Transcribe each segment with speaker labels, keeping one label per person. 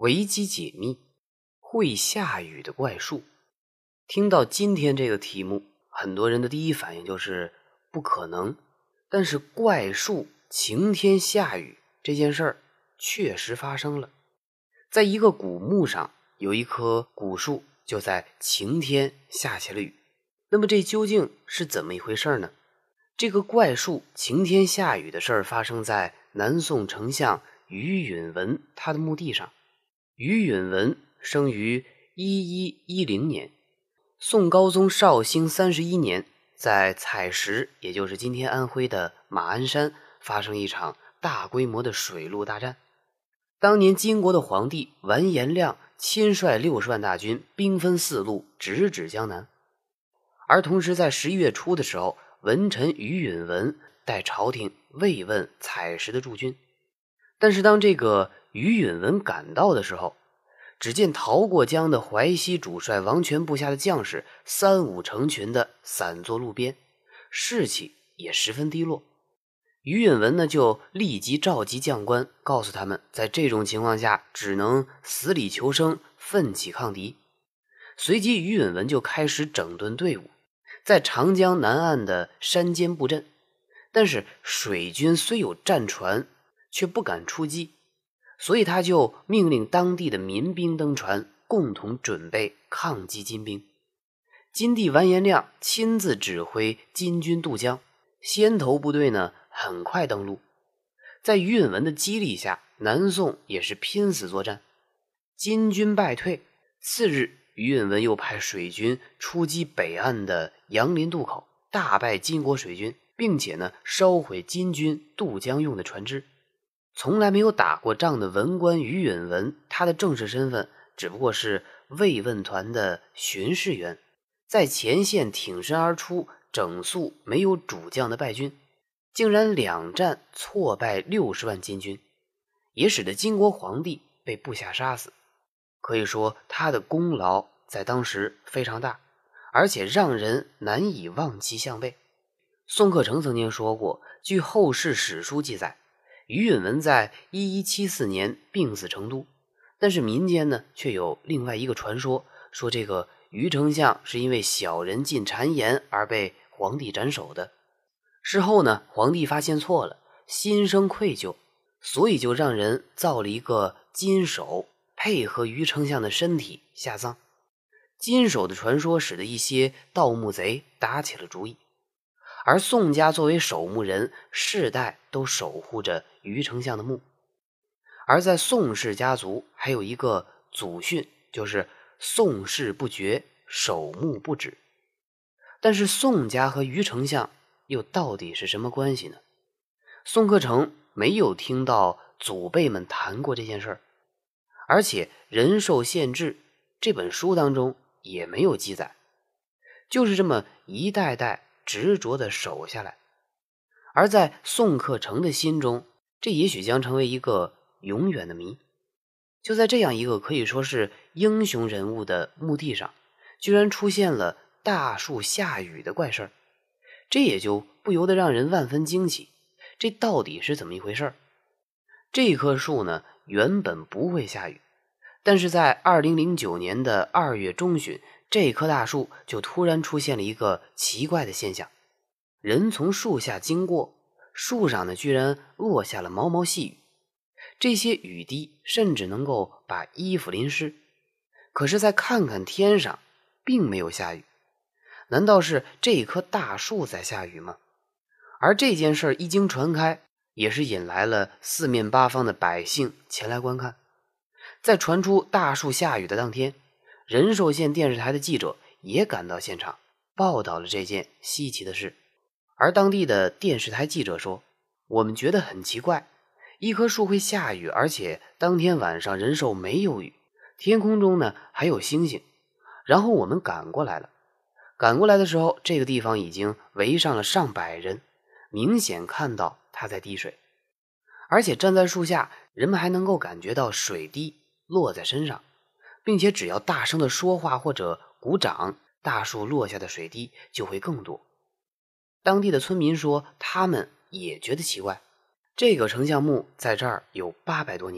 Speaker 1: 维基解密，会下雨的怪树。听到今天这个题目，很多人的第一反应就是不可能。但是怪树晴天下雨这件事儿确实发生了。在一个古墓上，有一棵古树就在晴天下起了雨。那么这究竟是怎么一回事呢？这个怪树晴天下雨的事儿发生在南宋丞相于允文他的墓地上。于允文生于1110年，宋高宗绍兴31年，在采石，也就是今天安徽的马鞍山，发生一场大规模的水陆大战。当年金国的皇帝完颜亮亲率60万大军，兵分4路，直指江南。而同时在11月初的时候，文臣于允文带朝廷慰问采石的驻军。但是当这个于允文赶到的时候，只见逃过江的淮西主帅王权部下的将士三五成群的散坐路边，士气也十分低落。于允文呢就立即召集将官，告诉他们在这种情况下只能死里求生，奋起抗敌。随即于允文就开始整顿队伍，在长江南岸的山间布阵。但是水军虽有战船，却不敢出击，所以他就命令当地的民兵登船，共同准备抗击金兵。金帝完颜亮亲自指挥金军渡江，先头部队呢很快登陆。在于允文的激励下，南宋也是拼死作战。金军败退，次日于允文又派水军出击北岸的杨林渡口，大败金国水军，并且呢烧毁金军渡江用的船只。从来没有打过仗的文官于允文，他的正式身份只不过是慰问团的巡视员，在前线挺身而出，整肃没有主将的败军，竟然2战挫败60万金军，也使得金国皇帝被部下杀死。可以说他的功劳在当时非常大，而且让人难以望其项背。宋克诚曾经说过，据后世史书记载，于允文在1174年病死成都，但是民间呢却有另外一个传说，说这个于丞相是因为小人进谗言而被皇帝斩首的。事后呢，皇帝发现错了，心生愧疚，所以就让人造了一个金首，配合于丞相的身体下葬。金首的传说使得一些盗墓贼打起了主意，而宋家作为守墓人，世代都守护着于丞相的墓。而在宋氏家族还有一个祖训，就是宋氏不绝，守墓不止。但是宋家和于丞相又到底是什么关系呢？宋克诚没有听到祖辈们谈过这件事儿，而且《人寿县志》这本书当中也没有记载，就是这么一代代执着地守下来。而在宋克诚的心中，这也许将成为一个永远的谜。就在这样一个可以说是英雄人物的墓地上，居然出现了大树下雨的怪事儿，这也就不由得让人万分惊奇，这到底是怎么一回事儿？这棵树呢，原本不会下雨，但是在2009年的2月中旬，这棵大树就突然出现了一个奇怪的现象，人从树下经过，树上呢居然落下了毛毛细雨，这些雨滴甚至能够把衣服淋湿。可是再看看天上，并没有下雨，难道是这棵大树在下雨吗？而这件事一经传开，也是引来了四面八方的百姓前来观看。在传出大树下雨的当天，仁寿县电视台的记者也赶到现场，报道了这件稀奇的事。而当地的电视台记者说，我们觉得很奇怪，一棵树会下雨，而且当天晚上仁寿没有雨，天空中呢还有星星。然后我们赶过来了，赶过来的时候，这个地方已经围上了上百人，明显看到它在滴水，而且站在树下，人们还能够感觉到水滴落在身上，并且只要大声的说话或者鼓掌，大树落下的水滴就会更多。当地的村民说，他们也觉得奇怪，这个丞相墓在这儿有800多年，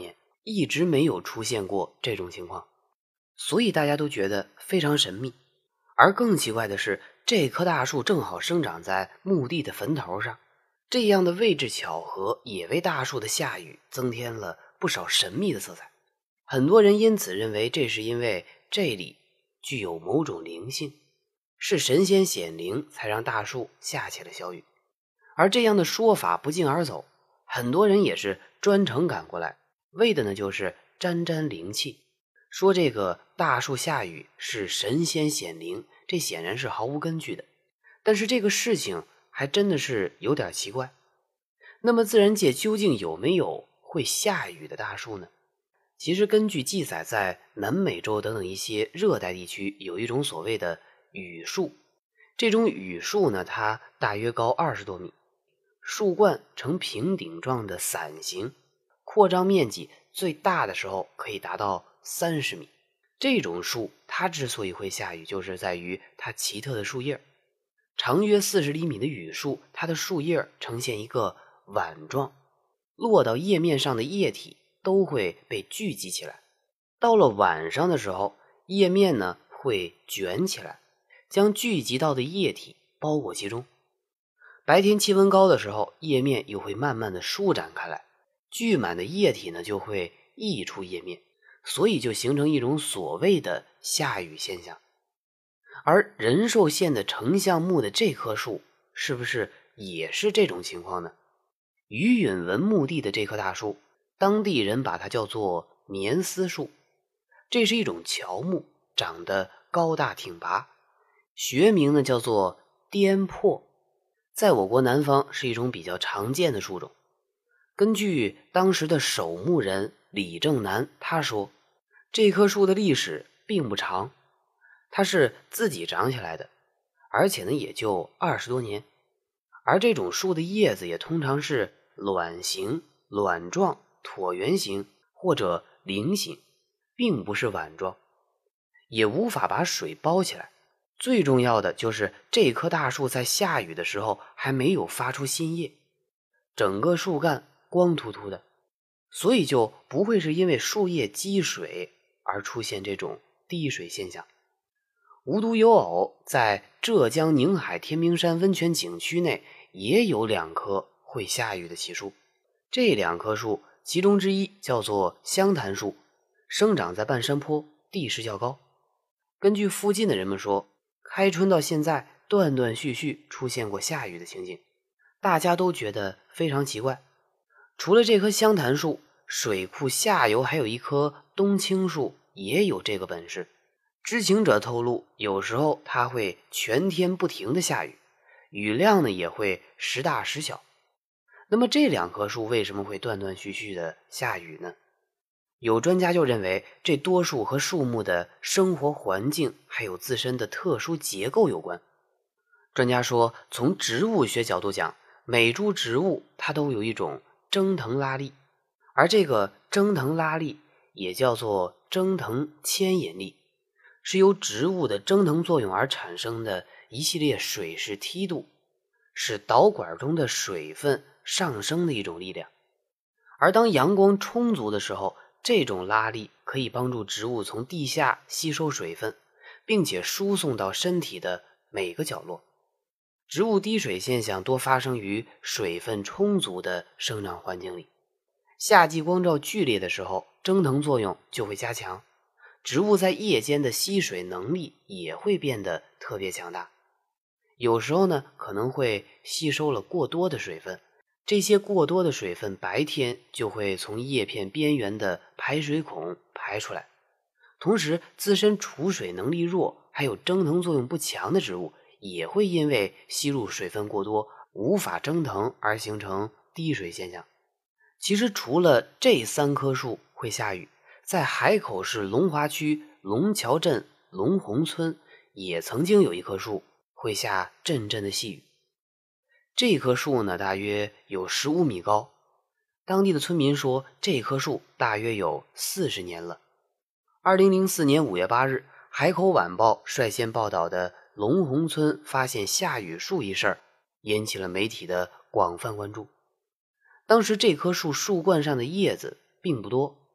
Speaker 1: 一直没有出现过这种情况，所以大家都觉得非常神秘。而更奇怪的是，这棵大树正好生长在墓地的坟头上，这样的位置巧合也为大树的下雨增添了不少神秘的色彩。很多人因此认为这是因为这里具有某种灵性，是神仙显灵才让大树下起了小雨。而这样的说法不胫而走，很多人也是专程赶过来，为的呢就是沾沾灵气，说这个大树下雨是神仙显灵，这显然是毫无根据的。但是这个事情还真的是有点奇怪。那么自然界究竟有没有会下雨的大树呢？其实根据记载，在南美洲等等一些热带地区有一种所谓的雨树。这种雨树呢，它大约高20多米，树冠呈平顶状的伞形，扩张面积最大的时候可以达到30米。这种树它之所以会下雨，就是在于它奇特的树叶。长约40厘米的雨树，它的树叶呈现一个碗状，落到叶面上的液体都会被聚集起来。到了晚上的时候，叶面呢会卷起来，将聚集到的液体包裹其中。白天气温高的时候，叶面又会慢慢的舒展开来，聚满的液体呢就会溢出叶面，所以就形成一种所谓的下雨现象。而仁寿县的丞相墓的这棵树是不是也是这种情况呢？于允文墓地的这棵大树，当地人把它叫做年丝树，这是一种乔木，长得高大挺拔，学名呢叫做颠珀，在我国南方是一种比较常见的树种。根据当时的守墓人李正南他说，这棵树的历史并不长，它是自己长起来的，而且呢也就20多年。而这种树的叶子也通常是卵形、卵状、椭圆形或者菱形，并不是碗状，也无法把水包起来。最重要的就是这棵大树在下雨的时候还没有发出新叶，整个树干光秃秃的，所以就不会是因为树叶积水而出现这种滴水现象。无独有偶，在浙江宁海天明山温泉景区内也有2棵会下雨的奇树。这2棵树其中之一叫做香檀树，生长在半山坡，地势较高。根据附近的人们说，开春到现在断断续续出现过下雨的情景，大家都觉得非常奇怪。除了这棵香檀树，水库下游还有一棵冬青树也有这个本事。知情者透露，有时候它会全天不停的下雨，雨量呢也会时大时小。那么这2棵树为什么会断断续续的下雨呢？有专家就认为，这多数和树木的生活环境还有自身的特殊结构有关。专家说，从植物学角度讲，每株植物它都有一种蒸腾拉力，而这个蒸腾拉力也叫做蒸腾牵引力，是由植物的蒸腾作用而产生的一系列水势梯度，使导管中的水分上升的一种力量。而当阳光充足的时候，这种拉力可以帮助植物从地下吸收水分，并且输送到身体的每个角落。植物滴水现象多发生于水分充足的生长环境里。夏季光照剧烈的时候，蒸腾作用就会加强，植物在夜间的吸水能力也会变得特别强大。有时候呢，可能会吸收了过多的水分，这些过多的水分白天就会从叶片边缘的排水孔排出来。同时，自身储水能力弱，还有蒸腾作用不强的植物，也会因为吸入水分过多，无法蒸腾而形成滴水现象。其实除了这3棵树会下雨，在海口市龙华区龙桥镇龙红村也曾经有一棵树会下阵阵的细雨。这棵树呢，大约有15米高，当地的村民说，这棵树大约有40年了。2004年5月8日，海口晚报率先报道的龙红村发现下雨树一事引起了媒体的广泛关注。当时这棵树树冠上的叶子并不多，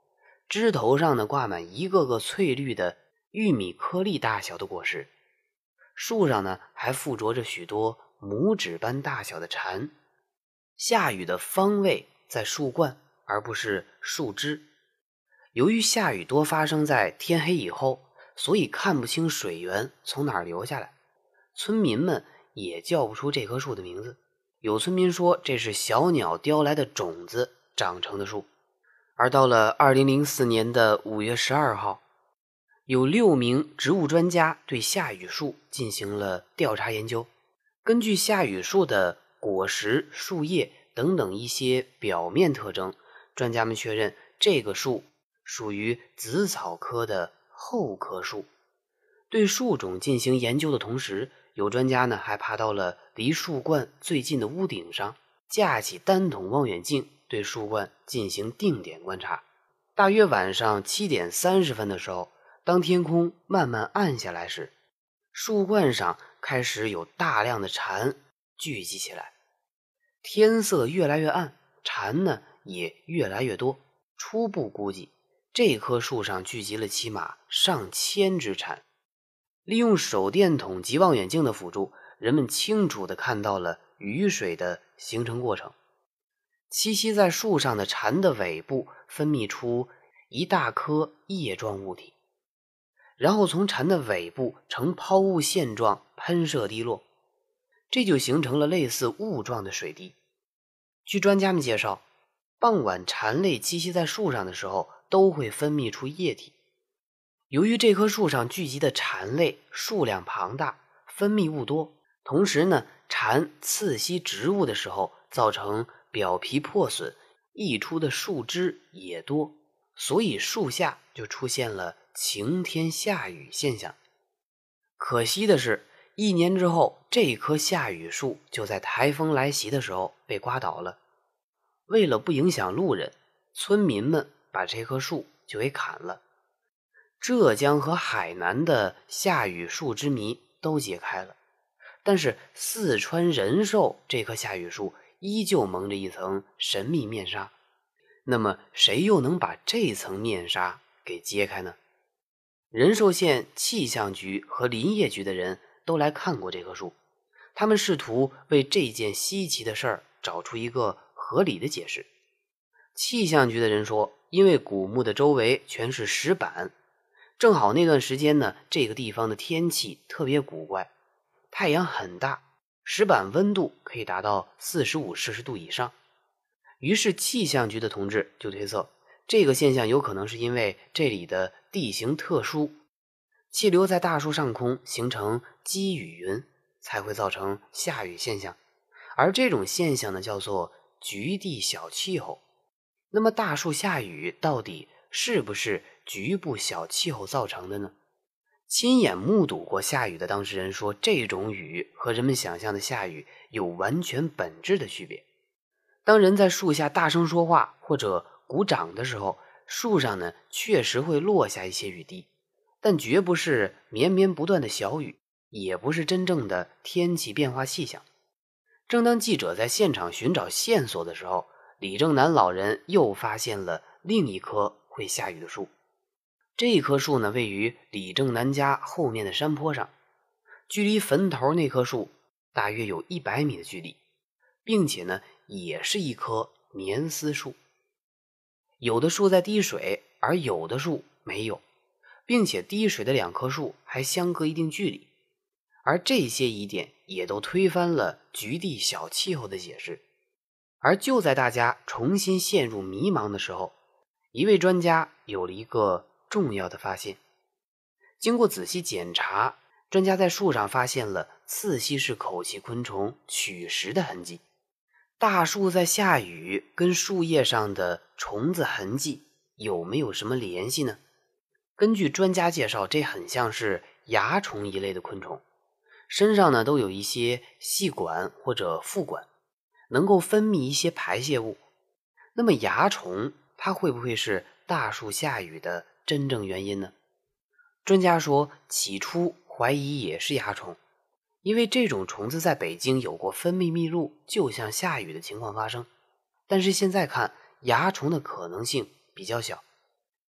Speaker 1: 枝头上呢挂满一个个翠绿的玉米颗粒大小的果实，树上呢还附着着许多拇指般大小的蝉。下雨的方位在树冠而不是树枝。由于下雨多发生在天黑以后，所以看不清水源从哪儿流下来，村民们也叫不出这棵树的名字。有村民说这是小鸟叼来的种子长成的树。而到了2004年的5月12号，有6名植物专家对夏雨树进行了调查研究。根据夏雨树的果实、树叶等等一些表面特征，专家们确认这个树属于紫草科的厚科树。对树种进行研究的同时，有专家呢还爬到了离树冠最近的屋顶上，架起单筒望远镜对树冠进行定点观察。大约晚上7点30分的时候，当天空慢慢暗下来时，树冠上开始有大量的蝉聚集起来，天色越来越暗，蝉呢也越来越多。初步估计，这棵树上聚集了起码上千只蝉。利用手电筒及望远镜的辅助，人们清楚地看到了雨水的形成过程。栖息在树上的蝉的尾部分泌出一大颗液状物体，然后从蝉的尾部呈抛物线状喷射滴落，这就形成了类似雾状的水滴。据专家们介绍，傍晚蝉类栖息在树上的时候都会分泌出液体。由于这棵树上聚集的蝉类数量庞大，分泌物多，同时呢，蝉刺吸植物的时候造成表皮破损，溢出的树枝也多，所以树下就出现了晴天下雨现象。可惜的是，1年之后，这棵夏雨树就在台风来袭的时候被刮倒了。为了不影响路人，村民们把这棵树就给砍了。浙江和海南的夏雨树之谜都解开了，但是四川仁寿这棵夏雨树依旧蒙着一层神秘面纱。那么谁又能把这层面纱给揭开呢？仁寿县气象局和林业局的人都来看过这棵树，他们试图为这件稀奇的事儿找出一个合理的解释。气象局的人说，因为古墓的周围全是石板，正好那段时间呢，这个地方的天气特别古怪，太阳很大，石板温度可以达到45摄氏度以上。于是气象局的同志就推测，这个现象有可能是因为这里的地形特殊，气流在大树上空形成积雨云，才会造成下雨现象。而这种现象呢，叫做局地小气候。那么大树下雨到底是不是局部小气候造成的呢？亲眼目睹过下雨的当事人说，这种雨和人们想象的下雨有完全本质的区别。当人在树下大声说话或者鼓掌的时候，树上呢确实会落下一些雨滴，但绝不是绵绵不断的小雨，也不是真正的天气变化气象。正当记者在现场寻找线索的时候，李正南老人又发现了另一棵会下雨的树。这棵树呢，位于李正南家后面的山坡上，距离坟头那棵树大约有100米的距离，并且呢，也是一棵棉丝树。有的树在滴水，而有的树没有，并且滴水的2棵树还相隔一定距离。而这些疑点也都推翻了局地小气候的解释。而就在大家重新陷入迷茫的时候，一位专家有了一个重要的发现。经过仔细检查，专家在树上发现了刺吸式口器昆虫取食的痕迹。大树在下雨跟树叶上的虫子痕迹有没有什么联系呢？根据专家介绍，这很像是蚜虫一类的昆虫，身上呢都有一些细管或者副管，能够分泌一些排泄物。那么蚜虫它会不会是大树下雨的真正原因呢？专家说，起初怀疑也是蚜虫，因为这种虫子在北京有过分泌密录就像下雨的情况发生。但是现在看，蚜虫的可能性比较小。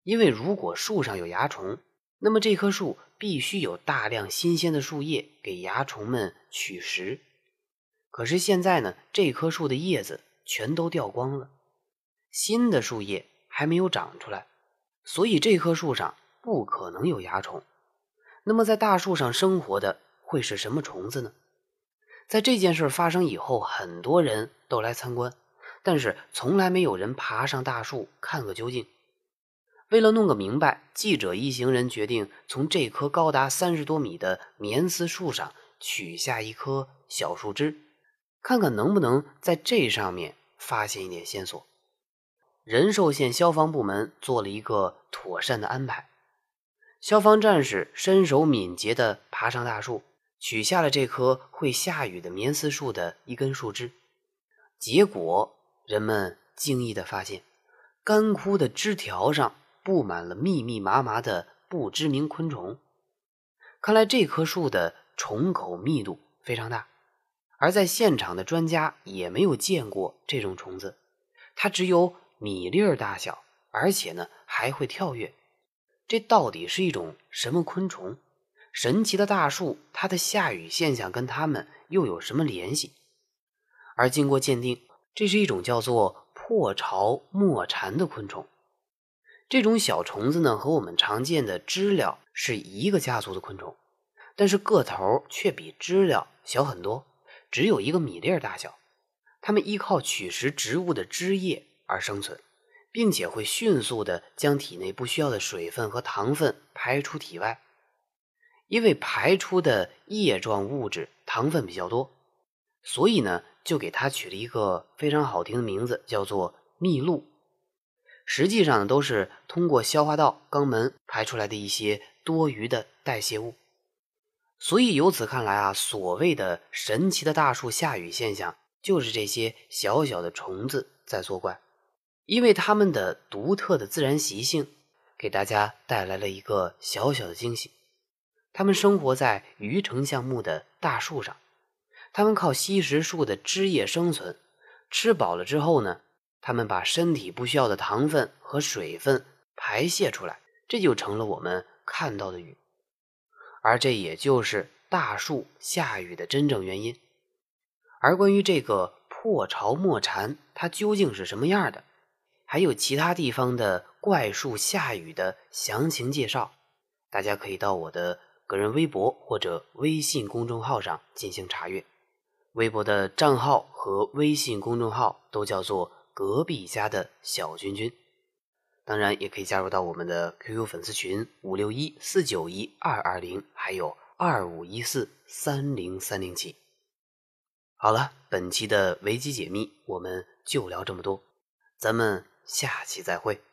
Speaker 1: 因为如果树上有蚜虫，那么这棵树必须有大量新鲜的树叶给蚜虫们取食。可是现在呢，这棵树的叶子全都掉光了，新的树叶还没有长出来，所以这棵树上不可能有蚜虫。那么在大树上生活的会是什么虫子呢？在这件事发生以后，很多人都来参观，但是从来没有人爬上大树看个究竟。为了弄个明白，记者一行人决定从这棵高达30多米的棉丝树上取下一棵小树枝，看看能不能在这上面发现一点线索。仁寿县消防部门做了一个妥善的安排，消防战士身手敏捷地爬上大树，取下了这棵会下雨的棉丝树的一根树枝。结果人们惊异地发现，干枯的枝条上布满了密密麻麻的不知名昆虫。看来这棵树的虫口密度非常大，而在现场的专家也没有见过这种虫子，它只有米粒大小，而且呢还会跳跃。这到底是一种什么昆虫？神奇的大树，它的下雨现象跟它们又有什么联系？而经过鉴定，这是一种叫做破巢墨蝉的昆虫。这种小虫子呢，和我们常见的知了是一个家族的昆虫，但是个头却比知了小很多，只有一个米粒大小。它们依靠取食植物的枝叶而生存，并且会迅速地将体内不需要的水分和糖分排出体外。因为排出的叶状物质糖分比较多，所以呢就给它取了一个非常好听的名字，叫做蜜露。实际上都是通过消化道肛门排出来的一些多余的代谢物。所以由此看来啊，所谓的神奇的大树下雨现象，就是这些小小的虫子在作怪。因为它们的独特的自然习性，给大家带来了一个小小的惊喜。它们生活在鱼呈橡木的大树上，它们靠吸食树的枝叶生存，吃饱了之后呢，它们把身体不需要的糖分和水分排泄出来，这就成了我们看到的雨。而这也就是大树下雨的真正原因。而关于这个破巢墨蝉，它究竟是什么样的，还有其他地方的怪树下雨的详情介绍，大家可以到我的个人微博或者微信公众号上进行查阅。微博的账号和微信公众号都叫做隔壁家的小君君，当然也可以加入到我们的 QQ 粉丝群561-491-220，还有2514-30307。好了，本期的维基解密我们就聊这么多，咱们下期再会。